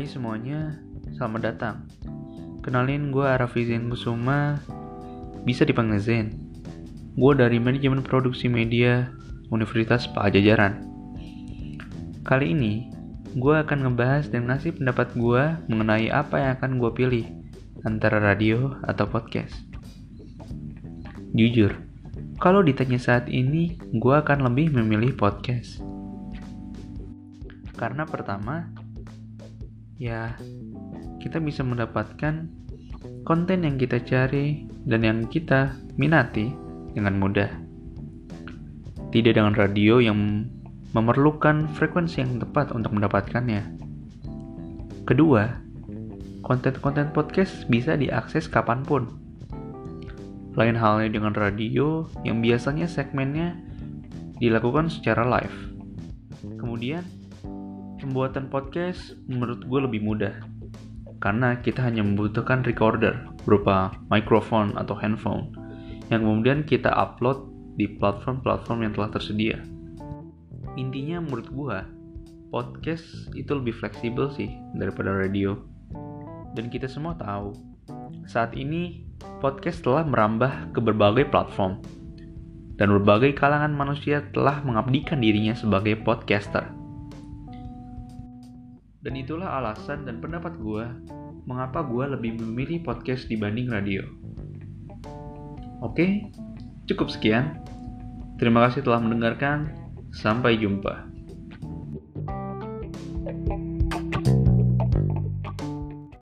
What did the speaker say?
semuanya, selamat datang. Kenalin, gue Arafizin Kusuma, bisa dipanggil Zen. Gue dari Manajemen Produksi Media Universitas Pajajaran. Kali ini, gue akan ngebahas dan ngasih pendapat gue mengenai apa yang akan gue pilih, antara radio atau podcast. Jujur, kalau ditanya saat ini, gue akan lebih memilih podcast. Karena pertama, kita bisa mendapatkan konten yang kita cari dan yang kita minati dengan mudah. Tidak dengan radio yang memerlukan frekuensi yang tepat untuk mendapatkannya. Kedua, konten-konten podcast bisa diakses kapanpun. Lain halnya dengan radio yang biasanya segmennya dilakukan secara live. Kemudian, pembuatan podcast menurut gue lebih mudah karena kita hanya membutuhkan recorder berupa mikrofon atau handphone yang kemudian kita upload di platform-platform yang telah tersedia. Intinya menurut gue, podcast itu lebih fleksibel sih daripada radio. Dan kita semua tahu, saat ini podcast telah merambah ke berbagai platform dan berbagai kalangan manusia telah mengabdikan dirinya sebagai podcaster. Dan itulah alasan dan pendapat gue mengapa gue lebih memilih podcast dibanding radio. Oke, cukup sekian. Terima kasih telah mendengarkan. Sampai jumpa.